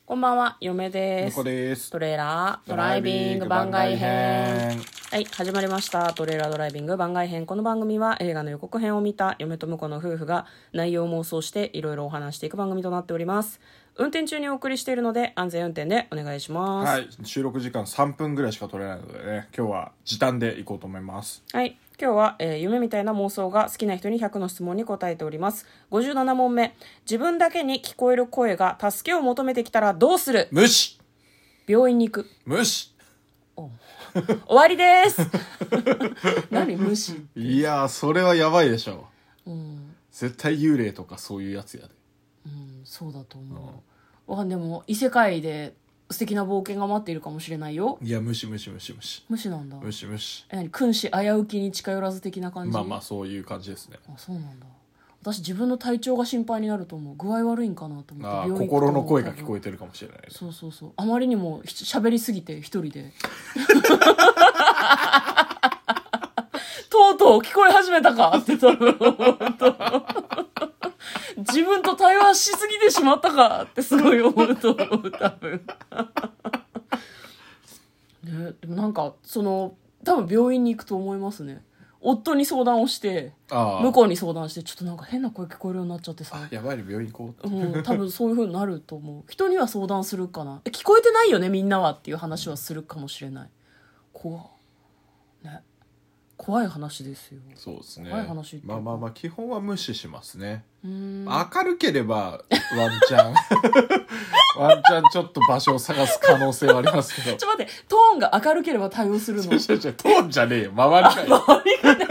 こんばんは、嫁です。 向こうです。 トレーラードライビング番外編。はい、始まりました。トレーラードライビング番外編。この番組は映画の予告編を見た嫁と婿の夫婦が内容を妄想していろいろお話していく番組となっております。運転中にお送りしているので安全運転でお願いします。 はい、収録時間3分ぐらいしか取れないのでね、今日は時短でいこうと思います。 はい、今日は、夢みたいな妄想が好きな人に100の質問に答えております。57問目。自分だけに聞こえる声が助けを求めてきたらどうする？ 無視。 病院に行く。 無視。 終わりです何無視？ いやー、それはやばいでしょ。 うん絶対幽霊とかそういうやつやで。 そうだと思う。でも異世界で素敵な冒険が待っているかもしれないよ。 いや、無視無視無視無視無視なんだ。 無視無視。 何、君子危うきに近寄らず的な感じ？ まあまあそういう感じですね。 あ、そうなんだ。私自分の体調が心配になると思う。具合悪いんかなと思ってあ、 病院行くと心の声が聞こえてるかもしれない。 そうそうそう。あまりにも喋りすぎて一人でとうとう聞こえ始めたかって多分思うと自分と対話しすぎてしまったかってすごい思うと思う、多分ね。でもなんか多分病院に行くと思いますね。夫に相談をして向こうに相談して、ちょっとなんか変な声聞こえるようになっちゃってさ、 やばいね、病院行こうって、 多分そういう風になると思う。人には相談するかな。聞こえてないよねみんなはっていう話はするかもしれない。ね、怖い話ですよ。 そうですね。 怖い話ってまあ基本は無視しますね。 明るければワンチャンワンチャンちょっと場所を探す可能性はありますけど。 ちょっと待って、トーンが明るければ対応するの？ トーンじゃねえよ、周りが。周りがね。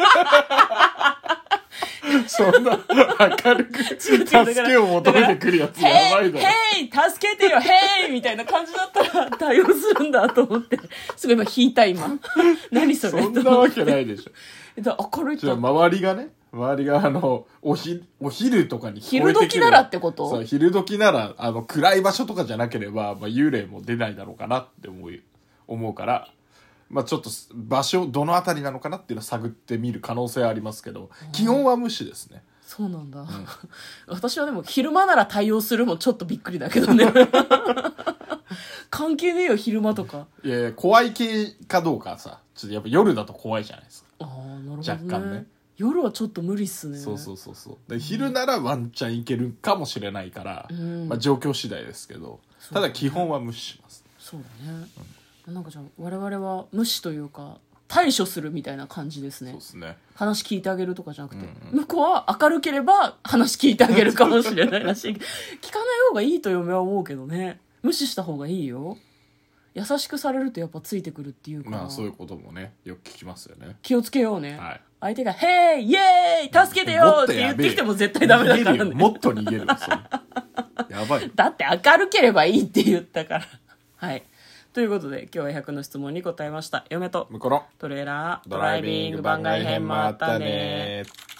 そんな明るく助けを求めてくるやつやばいだろ。 ヘイ助けてよヘイみたいな感じだったら対応するんだと思って、すごい今引いた今。何それ？ そんなわけないでしょ。 明るいと周りがお昼とかに聞こえてくる。 昼時ならってこと？ そう、昼時なら暗い場所とかじゃなければ、幽霊も出ないだろうかなって思うから、ちょっと場所どのあたりなのかなっていうのを探ってみる可能性はありますけど、基本は無視ですね。 そうなんだ、私はでも昼間なら対応するもちょっとびっくりだけどね。関係ねえよ昼間とか。 いや怖い系かどうかさ、ちょっとやっぱ夜だと怖いじゃないですか。 ああ、なるほどね。 若干ね。 夜はちょっと無理っすね。 そうで、昼ならワンチャンいけるかもしれないから、状況次第ですけど、ただ基本は無視します。 そうだね、なんかじゃあ我々は無視というか対処するみたいな感じですね。 そうですね。 話聞いてあげるとかじゃなくて、向こうは明るければ話聞いてあげるかもしれないらしい。聞かない方がいいと嫁は思うけどね。無視した方がいいよ。優しくされるとやっぱついてくるっていうか、 そういうこともね、よく聞きますよね。 気をつけようね、 はい、 相手がヘイイエーイ助けてよって言ってきても絶対ダメだからね。 もっと逃げるよ、それ。やばい。 だって明るければいいって言ったから。はい。ということで今日は100の質問に答えました。嫁と向こうのトレーラードライビング番外編、またね。